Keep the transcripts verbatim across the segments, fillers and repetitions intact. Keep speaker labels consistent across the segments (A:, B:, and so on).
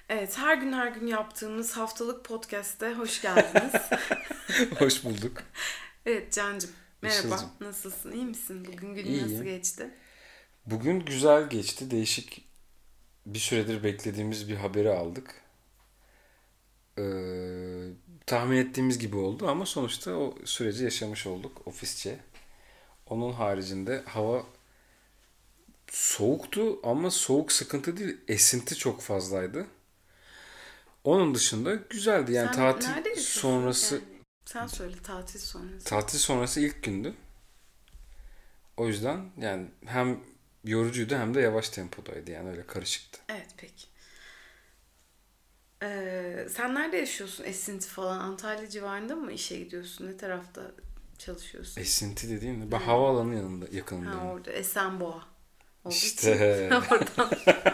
A: Evet, her gün her gün yaptığımız haftalık podcast'te hoş geldiniz.
B: Hoş bulduk.
A: Evet Cancım, merhaba.
B: Işıl'cım.
A: Nasılsın? İyi misin? Bugün günün nasıl
B: İyiyim.
A: geçti?
B: Bugün güzel geçti. Değişik bir süredir beklediğimiz bir haberi aldık. Ee, tahmin ettiğimiz gibi oldu ama sonuçta o süreci yaşamış olduk ofisçe. Onun haricinde hava soğuktu ama soğuk sıkıntı değil, esinti çok fazlaydı. Onun dışında güzeldi. Yani
A: Sen
B: tatil
A: nerede yaşıyorsun?
B: sonrası
A: Yani sen söyle tatil sonrası.
B: tatil sonrası ilk gündü. O yüzden yani hem yorucuydu hem de yavaş tempodaydı. Yani öyle karışıktı.
A: Evet peki. Ee, sen nerede yaşıyorsun? Esinti falan. Antalya civarında mı işe gidiyorsun? Ne tarafta çalışıyorsun?
B: Esinti dediğin ne? Ben
A: Hmm.
B: havaalanı yanında,
A: Ha
B: yakınındayım.
A: orada Esenboğa olduğu için
B: İşte.
A: oradan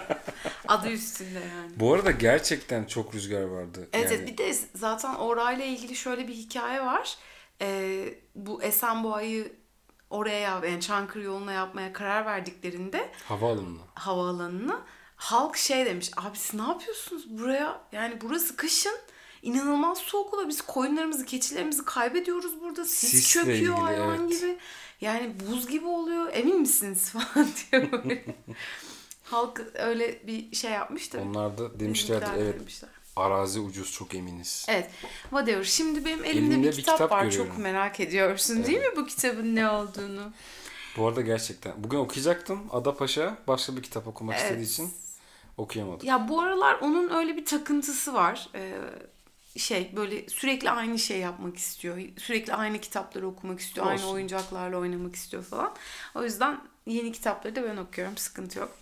A: adı üstünde yani.
B: Bu arada gerçekten çok rüzgar vardı.
A: Evet, evet,
B: Yani
A: bir de zaten orayla ilgili şöyle bir hikaye var. Ee, bu Esenboğa'yı oraya yap- yani Çankırı yoluna yapmaya karar verdiklerinde
B: havaalanına.
A: havaalanına halk şey demiş. Abi siz ne yapıyorsunuz buraya? Yani burası kışın inanılmaz soğuk oluyor. Biz koyunlarımızı, keçilerimizi kaybediyoruz burada. Sis
B: Sisle
A: çöküyor
B: ilgili,
A: hayvan
B: evet.
A: gibi. Yani buz gibi oluyor. Emin misiniz falan diyor böyle. Halk öyle bir şey yapmış da
B: Onlar da demişlerdir,
A: bizimkiler de
B: evet,
A: demişler.
B: arazi ucuz, çok eminiz.
A: Evet. Whatever. Şimdi benim elimde bir
B: Elinde bir
A: kitap
B: kitap
A: var. Çok
B: görüyorum.
A: merak ediyorsun değil
B: Evet.
A: mi bu kitabın ne olduğunu?
B: Bu arada gerçekten. Bugün okuyacaktım. Ada Paşa başka bir kitap okumak istediği
A: Evet.
B: için okuyamadık.
A: Ya bu aralar onun öyle bir takıntısı var. Ee, şey böyle sürekli aynı şey yapmak istiyor. Sürekli aynı kitapları okumak istiyor. Aynı
B: Olsun.
A: oyuncaklarla oynamak istiyor falan. O yüzden yeni kitapları da ben okuyorum. Sıkıntı yok.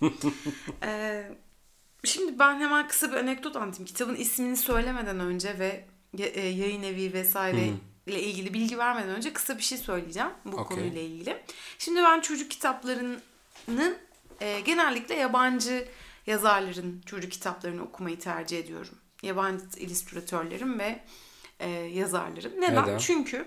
A: Ee, Şimdi ben hemen kısa bir anekdot anlatayım. Kitabın ismini söylemeden önce ve ya- e, yayın evi
B: Hı
A: vesaire
B: hı.
A: ile ilgili bilgi vermeden önce kısa bir şey söyleyeceğim bu
B: Okey.
A: konuyla ilgili. Şimdi ben çocuk kitaplarının e, genellikle yabancı yazarların çocuk kitaplarını okumayı tercih ediyorum. Yabancı illüstratörlerin ve e, yazarların. Neden?
B: Neden?
A: Çünkü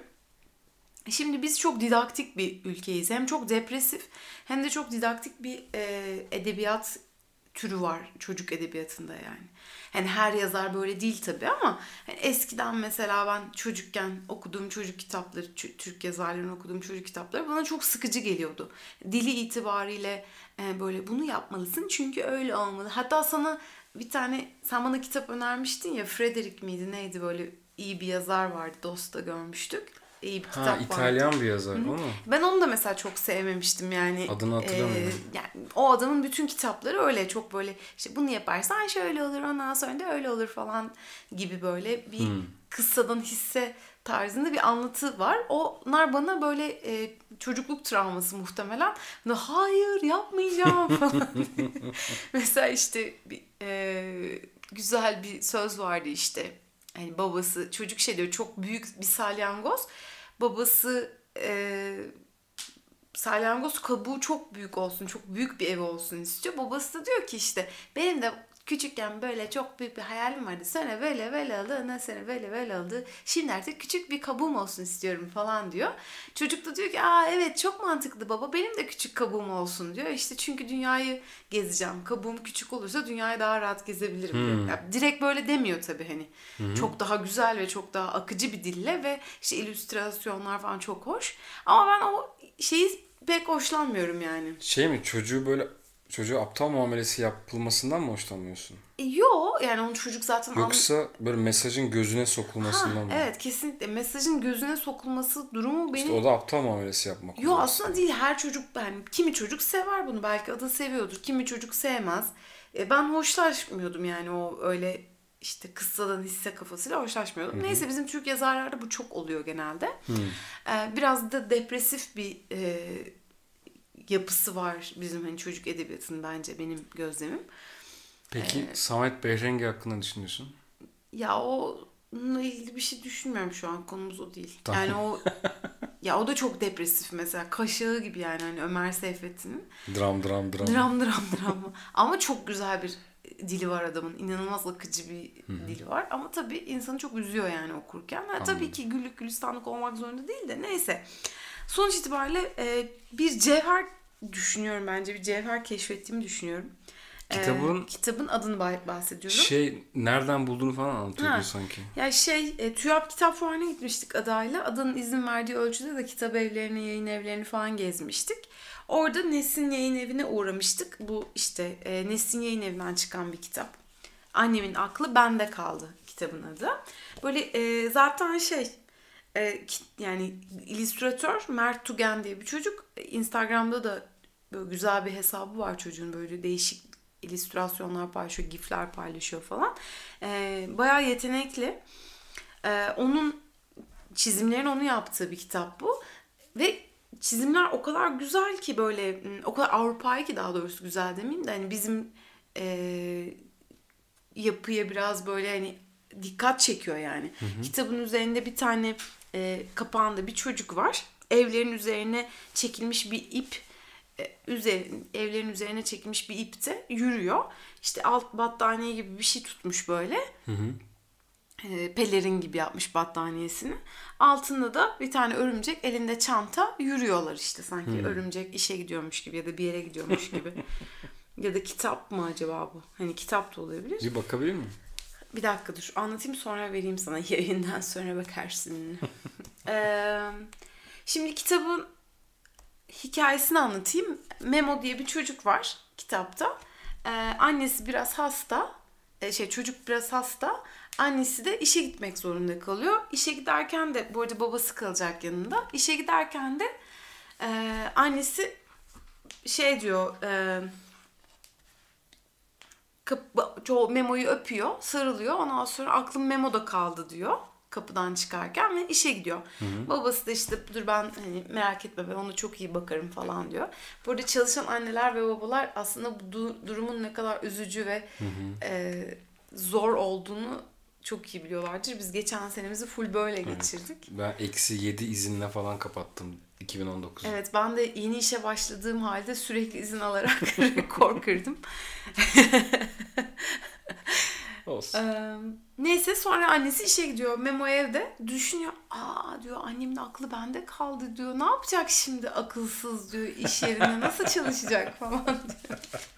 A: şimdi biz çok didaktik bir ülkeyiz. Hem çok depresif hem de çok didaktik bir e, edebiyat türü var çocuk edebiyatında yani. Yani her yazar böyle değil tabii ama hani eskiden mesela ben çocukken okuduğum çocuk kitapları, Türk yazarların okuduğum çocuk kitapları bana çok sıkıcı geliyordu. Dili itibariyle e, böyle bunu yapmalısın çünkü öyle olmalı. Hatta sana bir tane sen bana kitap önermiştin ya, Frederick miydi neydi, böyle iyi bir yazar vardı, Dost'ta görmüştük. İyi bir
B: Ha,
A: kitap vardı.
B: İtalyan bir yazar,
A: Hı hı.
B: o mu?
A: Ben onu da mesela çok sevmemiştim yani.
B: Adını
A: e,
B: hatırlamıyorum.
A: yani o adamın bütün kitapları öyle çok böyle işte bunu yaparsan şöyle olur, ondan sonra da öyle olur falan gibi böyle bir
B: Hmm.
A: kıssadan hisse tarzında bir anlatı var. Onlar bana böyle e, çocukluk travması muhtemelen. Hayır yapmayacağım falan. Mesela işte bir, e, güzel bir söz vardı işte. Hani babası çocuk şey diyor, çok büyük bir salyangoz. Babası e, salyangoz kabuğu çok büyük olsun, çok büyük bir ev olsun istiyor. Babası da diyor ki işte benim de küçükken böyle çok büyük bir hayalim vardı. Sonra böyle böyle oldu, ondan sonra böyle böyle oldu. Şimdi artık küçük bir kabuğum olsun istiyorum falan diyor. Çocuk da diyor ki aa evet çok mantıklı baba, benim de küçük kabuğum olsun diyor. İşte çünkü dünyayı gezeceğim. Kabuğum küçük olursa dünyayı daha rahat gezebilirim diyor.
B: Hmm.
A: Ya direkt böyle demiyor tabii hani.
B: Hı hı.
A: Çok daha güzel ve çok daha akıcı bir dille ve işte illüstrasyonlar falan çok hoş. Ama ben o şeyi pek hoşlanmıyorum yani.
B: Şey mi, çocuğu böyle çocuğu aptal muamelesi yapılmasından mı hoşlanmıyorsun?
A: E, Yo yani onu çocuk zaten an...
B: Yoksa böyle mesajın gözüne
A: Ha
B: sokulmasından mı?
A: evet, kesinlikle mesajın gözüne sokulması durumu
B: İşte
A: beni...
B: o da aptal muamelesi yapmak
A: Yo
B: oluyor
A: aslında
B: aslında.
A: değil, her çocuk yani kimi çocuk sever bunu, belki adı seviyordur, kimi çocuk sevmez. E, ben hoşlaşmıyordum yani o öyle işte kıssadan hisse kafasıyla
B: Hı
A: hoşlaşmıyordum.
B: hı.
A: Neyse bizim Türk yazarlarda bu çok oluyor genelde.
B: Hmm.
A: E, biraz da depresif bir e, yapısı var bizim hani çocuk edebiyatının, bence benim gözlemim.
B: Peki Samet Behrengi hakkında ne düşünüyorsun?
A: Ya onunla ilgili bir şey düşünmüyorum, şu an konumuz o değil. Yani
B: Tamam.
A: o, ya o da çok depresif mesela, kaşığı gibi yani hani Ömer Seyfettin'in.
B: Dram dram dram.
A: Dram dram dram. Ama çok güzel bir dili var adamın. İnanılmaz akıcı bir
B: Hı hı.
A: dili var. Ama tabii insanı çok üzüyor yani okurken. Ha, tabii
B: Anladım.
A: ki güllük gülistanlık olmak zorunda değil de neyse. Sonuç itibariyle e, bir cevher düşünüyorum bence. Bir cevher keşfettiğimi düşünüyorum.
B: Kitabın
A: Ee, kitabın adını bah- bahsediyorum.
B: şey nereden bulduğunu falan anlatıyordu
A: Ha.
B: sanki.
A: Ya şey e, TÜYAP kitap fuarına gitmiştik adayla. Adanın izin verdiği ölçüde de kitap evlerini, yayın evlerini falan gezmiştik. Orada Nesin Yayın Evi'ne uğramıştık. Bu işte e, Nesin Yayın Evi'nden çıkan bir kitap. Annemin aklı bende kaldı kitabın adı. Böyle e, zaten şey e, ki- yani illüstratör Mert Tugen diye bir çocuk. Instagram'da da böyle güzel bir hesabı var çocuğun, böyle değişik illüstrasyonlar paylaşıyor, gifler paylaşıyor falan. E, bayağı yetenekli. E, onun çizimlerini onu yaptığı bir kitap bu. Ve çizimler o kadar güzel ki, böyle o kadar Avrupa'yı ki, daha doğrusu güzel demeyeyim de hani bizim e, yapıya biraz böyle hani dikkat çekiyor yani. Hı hı. Kitabın üzerinde bir tane e, kapağında bir çocuk var. Evlerin üzerine çekilmiş bir ip, e, üzerin, evlerin üzerine çekilmiş bir ipte yürüyor. İşte alt battaniye gibi bir şey tutmuş böyle. Hı hı. E, pelerin gibi yapmış battaniyesini. Altında da bir tane örümcek, elinde çanta, yürüyorlar işte sanki hmm. örümcek işe gidiyormuş gibi ya da bir yere gidiyormuş gibi. Ya da kitap mı acaba bu? Hani kitap da olabilir.
B: Bir bakabilir miyim?
A: Bir dakika dur anlatayım, sonra vereyim sana, yayından sonra bakarsın. ee, şimdi kitabın hikayesini anlatayım. Memo diye bir çocuk var kitapta. Ee, annesi biraz hasta. Ee, şey çocuk biraz hasta. Annesi de işe gitmek zorunda kalıyor. İşe giderken de, bu arada babası kalacak yanında. İşe giderken de e, annesi şey diyor... E, çoğu Memo'yu öpüyor, sarılıyor. Ondan sonra aklım Memo'da kaldı diyor kapıdan çıkarken ve işe gidiyor. Hı hı. Babası da işte dur ben hani merak etme, ben ona çok iyi bakarım falan diyor. Burada çalışan anneler ve babalar aslında bu du- durumun ne kadar üzücü ve hı hı. E, zor olduğunu çok iyi biliyorlardır. Biz geçen senemizi full böyle evet. geçirdik.
B: Ben eksi yedi izinle falan kapattım iki bin on dokuz.
A: Evet, ben de yeni işe başladığım halde sürekli izin alarak rekor kırdım.
B: Olsun.
A: Ee, neyse sonra annesi işe gidiyor. Memo evde düşünüyor. Aa diyor, annemin aklı bende kaldı diyor. Ne yapacak şimdi akılsız diyor, iş yerinde nasıl çalışacak falan diyor.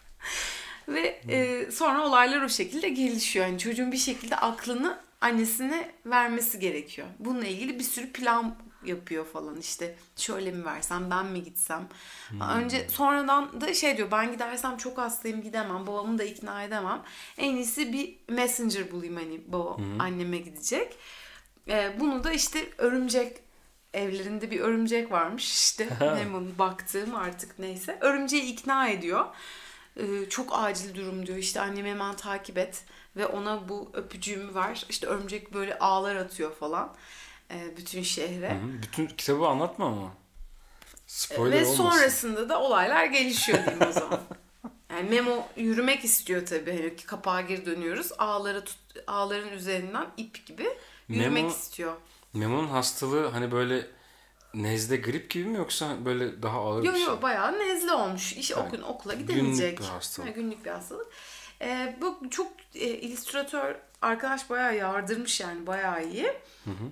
A: Ve e, sonra olaylar o şekilde gelişiyor. Yani çocuğun bir şekilde aklını annesine vermesi gerekiyor. Bununla ilgili bir sürü plan yapıyor falan, işte şöyle mi versem, ben mi gitsem. Hmm. Önce sonradan da şey diyor, ben gidersem çok hastayım, gidemem, babamı da ikna edemem. En iyisi bir messenger bulayım, hani baba hmm. anneme gidecek. Ee, bunu da işte örümcek evlerinde bir örümcek varmış işte Memo'nun baktığım artık neyse. Örümceği ikna ediyor. Ee, çok acil durum diyor, işte annemi hemen takip et ve ona bu öpücüğümü ver. İşte örümcek böyle ağlar atıyor falan. Bütün şehre.
B: Hı hı. Bütün kitabı anlatma ama. Spoiler
A: Ve
B: olmasın.
A: sonrasında da olaylar gelişiyor diyeyim o zaman. Yani Memo yürümek istiyor tabii. Hani kapağa geri dönüyoruz. Ağları tut, ağların üzerinden ip gibi yürümek Memo, istiyor.
B: Memo'nun hastalığı hani böyle nezle, grip gibi mi, yoksa böyle daha ağır yo, bir şey?
A: Yok yok, bayağı nezle olmuş. İş yani, okul, okula gidemeyecek.
B: Günlük bir hastalık.
A: Ha, günlük bir hastalık. Ee, bu çok e, illüstratör arkadaş bayağı yardırmış yani, bayağı iyi. Hı hı.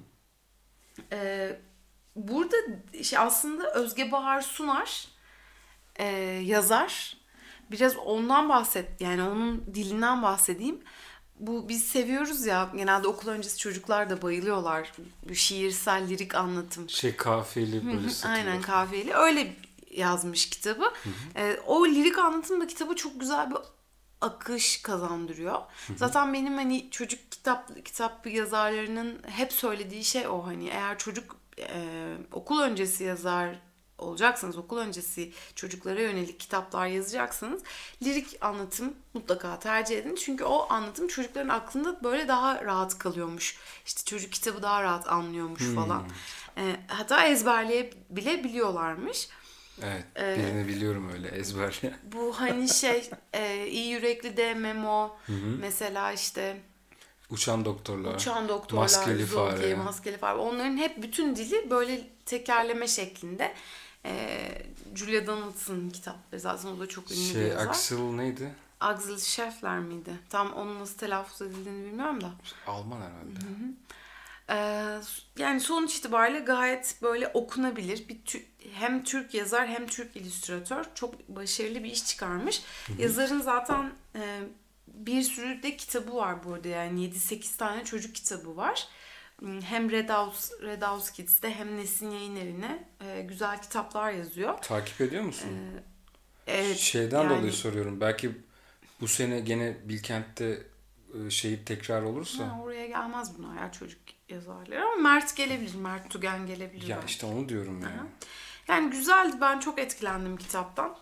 A: Ee, burada şey aslında Özge Bahar Sunar e, yazar. Biraz ondan bahset, yani onun dilinden bahsedeyim. Bu biz seviyoruz ya, genelde okul öncesi çocuklar da bayılıyorlar. Bu şiirsel lirik anlatım.
B: Şey kafiyeli böyle satıyor.
A: Aynen kafiyeli. Öyle yazmış kitabı. Hı hı. E, o lirik anlatım da kitabı çok güzel bir akış kazandırıyor. Hı hı. Zaten benim hani çocuk kitap kitap yazarlarının hep söylediği şey o, hani eğer çocuk e, okul öncesi yazar olacaksanız, okul öncesi çocuklara yönelik kitaplar yazacaksanız lirik anlatım mutlaka tercih edin. Çünkü o anlatım çocukların aklında böyle daha rahat kalıyormuş. İşte çocuk kitabı daha rahat anlıyormuş hmm. falan. E, hatta ezberleyebiliyorlarmış.
B: Evet, birini ee, biliyorum öyle ezberleyen.
A: Bu hani şey e, iyi yürekli de Memo, hı hı. mesela işte
B: Uçan doktorlar,
A: Uçan doktorlar,
B: maskeli fare.
A: maskeli fare. Onların hep bütün dili böyle tekerleme şeklinde. E, Julia Donaldson kitapları zaten, o da çok ünlü
B: şey,
A: bir yazar.
B: Axel neydi?
A: Axel Scheffler miydi? Tam onun nasıl telaffuz edildiğini bilmiyorum da.
B: Alman herhalde.
A: Hı hı. Ee, yani sonuç itibariyle gayet böyle okunabilir. Bir tü- hem Türk yazar hem Türk illüstratör. Çok başarılı bir iş çıkarmış. Yazarın zaten e, bir sürü de kitabı var burada. Yani yedi sekiz tane çocuk kitabı var. Hem Red House, Red House Kids'te hem Nesin Yayınevi'ne e, güzel kitaplar yazıyor.
B: Takip ediyor musun?
A: Ee, evet
B: Şeyden
A: yani
B: dolayı soruyorum. Belki bu sene gene Bilkent'te e, şey tekrar olursa.
A: ha, oraya gelmez bunlar ya çocuk yazarları ama Mert gelebilir. Mert Tügen gelebilir
B: Ya
A: belki.
B: işte onu diyorum yani.
A: Aha. Yani güzeldi. Ben çok etkilendim kitaptan.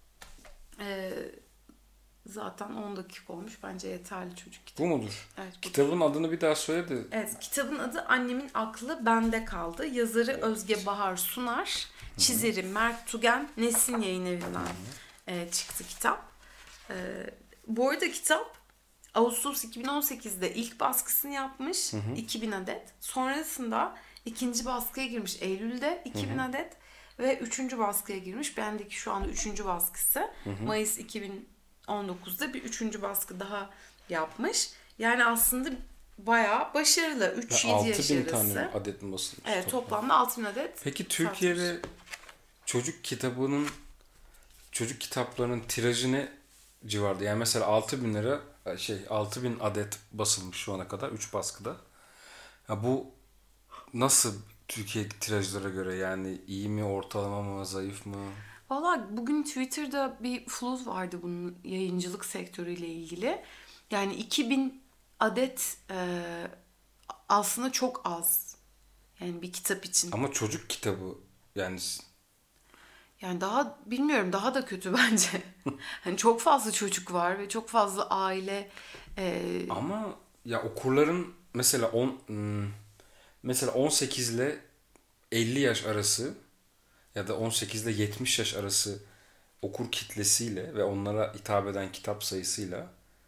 A: Ee, zaten on dakika olmuş. Bence yeterli çocuk kitabı.
B: Bu mudur?
A: Evet, bu.
B: Kitabın adını bir daha söyle de.
A: Evet, kitabın adı Annemin Aklı Bende Kaldı. Yazarı
B: Evet.
A: Özge Bahar Sunar. Çizeri Mert Tügen. Nesin Yayınevi'nden e, çıktı kitap. E, bu arada kitap Ağustos iki bin on sekizde ilk baskısını yapmış. Hı hı. iki bin adet. Sonrasında ikinci baskıya girmiş Eylül'de iki bin hı hı. adet. Ve üçüncü baskıya girmiş. Bendeki şu anda üçüncü baskısı. Hı hı. Mayıs iki bin on dokuzda bir üçüncü baskı daha yapmış. Yani aslında bayağı başarılı. üç yedi yaş arası. altı bin
B: tane adet mi basılmış?
A: Evet, toplamda altı bin adet.
B: Peki Türkiye'de satmış. Çocuk kitabının çocuk kitaplarının tirajı ne civarda? Yani mesela altı bin lira şey altı bin adet basılmış şu ana kadar üç baskıda. Ya bu nasıl Türkiye tirajlara göre, yani iyi mi, ortalama mı, zayıf mı?
A: Valla bugün Twitter'da bir fluz vardı bunun yayıncılık sektörüyle ilgili. Yani iki bin adet e, aslında çok az. Yani bir kitap için.
B: Ama çocuk kitabı yani.
A: Yani daha bilmiyorum, daha da kötü bence. Hani çok fazla çocuk var ve çok fazla aile. E...
B: Ama ya okurların mesela on mesela on sekiz ile elli yaş arası ya da on sekiz ile yetmiş yaş arası okur kitlesiyle ve onlara hitap eden kitap sayısıyla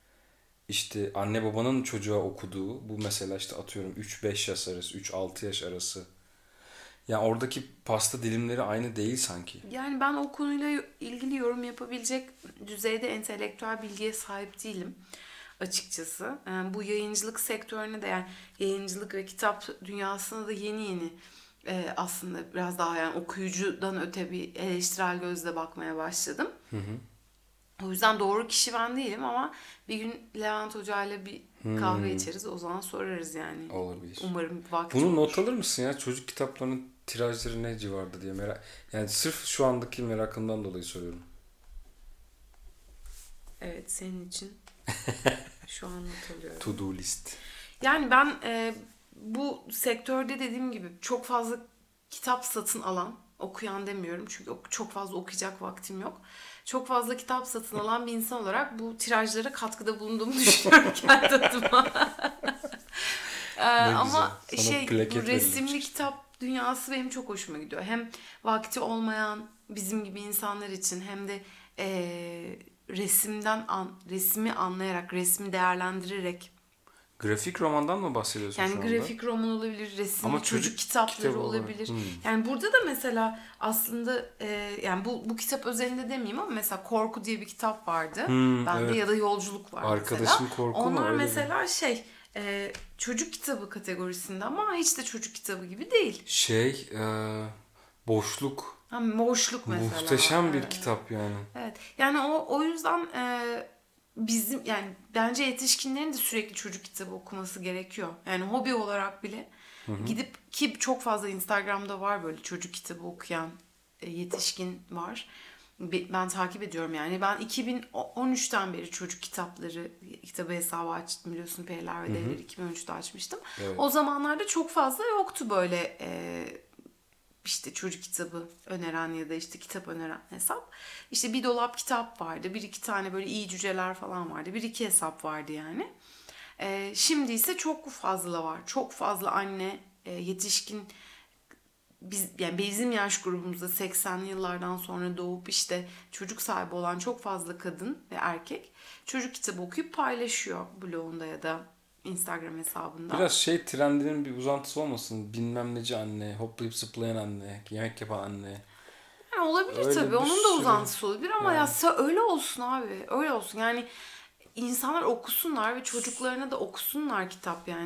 B: işte anne babanın çocuğa okuduğu bu mesela işte atıyorum üç beş yaş arası, üç altı yaş arası. Yani oradaki pasta dilimleri aynı değil sanki.
A: Yani ben o konuyla ilgili yorum yapabilecek düzeyde entelektüel bilgiye sahip değilim açıkçası. Yani bu yayıncılık sektörüne de, yani yayıncılık ve kitap dünyasına da yeni yeni e, aslında biraz daha yani okuyucudan öte bir eleştirel gözle bakmaya başladım. Hı hı. O yüzden doğru kişi ben değilim ama bir gün Levent Hoca ile bir kahve hmm. içeriz. O zaman sorarız yani.
B: Olabilir.
A: Umarım vakti
B: Bunu
A: olur.
B: not alır mısın ya? Çocuk kitaplarının tirajları ne civarda diye merak. Yani sırf şu andaki merakımdan dolayı soruyorum.
A: Evet, senin için şu an not alıyorum.
B: To do list.
A: Yani ben e, bu sektörde dediğim gibi çok fazla kitap satın alan, okuyan demiyorum çünkü çok fazla okuyacak vaktim yok. Çok fazla kitap satın alan bir insan olarak bu tirajlara katkıda bulunduğumu düşünüyorum kendi adıma. ee, ama şey, bu resimli kitap dünyası benim çok hoşuma gidiyor. Hem vakti olmayan bizim gibi insanlar için hem de e, resimden an, resmi anlayarak, resmi değerlendirerek.
B: Grafik romandan mı bahsediyorsun
A: yani
B: şu anda?
A: Yani grafik roman olabilir, resimli ama çocuk, çocuk kitapları olabilir. Hmm. Yani burada da mesela aslında e, yani bu bu kitap özelinde demeyeyim ama mesela Korku diye bir kitap vardı. Hmm, bende evet. Ya da Yolculuk var
B: Arkadaşım
A: mesela.
B: Korku
A: Onlar
B: mu? Öyle
A: mesela
B: mi?
A: şey e, çocuk kitabı kategorisinde ama hiç de çocuk kitabı gibi değil.
B: Şey e, Boşluk.
A: Ha, boşluk mesela.
B: Muhteşem bir
A: evet. kitap
B: yani.
A: Evet. Yani o o yüzden e, bizim yani bence yetişkinlerin de sürekli çocuk kitabı okuması gerekiyor. Yani hobi olarak bile hı hı. Gidip, ki çok fazla Instagram'da var böyle çocuk kitabı okuyan e, yetişkin var. Ben takip ediyorum yani. Ben iki bin on üçten beri çocuk kitapları kitabı hesabı açtım, biliyorsun, Periler ve Devleri iki bin on üçte açmıştım. Evet. O zamanlarda çok fazla yoktu böyle e, işte çocuk kitabı öneren ya da işte kitap öneren hesap. İşte bir dolap kitap vardı. Bir iki tane böyle iyi cüceler falan vardı. Bir iki hesap vardı yani. Ee, şimdi ise çok fazla var. Çok fazla anne, e, yetişkin, biz yani bizim yaş grubumuzda seksenli yıllardan sonra doğup işte çocuk sahibi olan çok fazla kadın ve erkek çocuk kitabı okuyup paylaşıyor blogunda ya da Instagram hesabında.
B: Biraz şey trendinin bir uzantısı olmasın? Bilmem neci anne, hoplayıp zıplayan anne, yemek yapan anne.
A: Yani olabilir öyle tabii. Onun da uzantısı olabilir ama yani. Ya öyle olsun abi. Öyle olsun. Yani insanlar okusunlar ve çocuklarına da okusunlar kitap yani.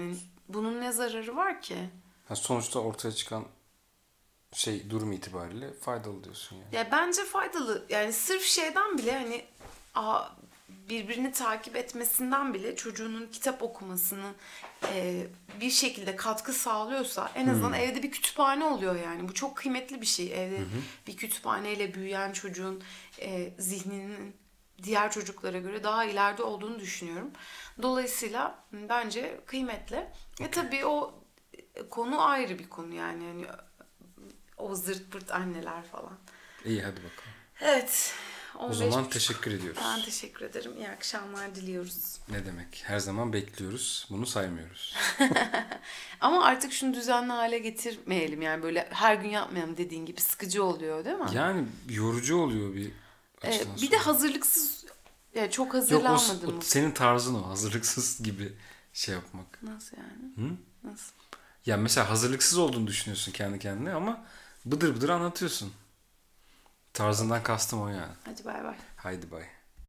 A: bunun ne zararı var ki?
B: Ha, sonuçta ortaya çıkan şey durum itibariyle faydalı diyorsun yani.
A: Ya bence faydalı. Yani sırf şeyden bile hani a, birbirini takip etmesinden bile çocuğunun kitap okumasını e, bir şekilde katkı sağlıyorsa en azından
B: Hmm.
A: evde bir kütüphane oluyor yani. Bu çok kıymetli bir şey. Evde bir kütüphaneyle büyüyen çocuğun e, zihninin diğer çocuklara göre daha ileride olduğunu düşünüyorum. Dolayısıyla bence kıymetli. E tabii o konu ayrı bir konu yani. Yani o zırt pırt anneler falan.
B: İyi, hadi bakalım.
A: Evet.
B: O zaman teşekkür ediyoruz.
A: Ben teşekkür ederim. İyi akşamlar diliyoruz.
B: Ne demek? Her zaman bekliyoruz. Bunu saymıyoruz.
A: Ama artık şunu düzenli hale getirmeyelim. Yani böyle her gün yapmayalım, dediğin gibi sıkıcı oluyor değil mi?
B: Yani yorucu oluyor bir
A: Ee,
B: açıdan
A: bir de
B: sonra.
A: hazırlıksız, yani çok
B: Yok, o,
A: hazırlanmadım.
B: o senin tarzın o. Hazırlıksız gibi şey yapmak.
A: Nasıl yani?
B: Hı?
A: Nasıl?
B: Ya mesela hazırlıksız olduğunu düşünüyorsun kendi kendine ama bıdır bıdır anlatıyorsun. Tarzından kastım o yani.
A: Hadi bay bay.
B: Haydi bay.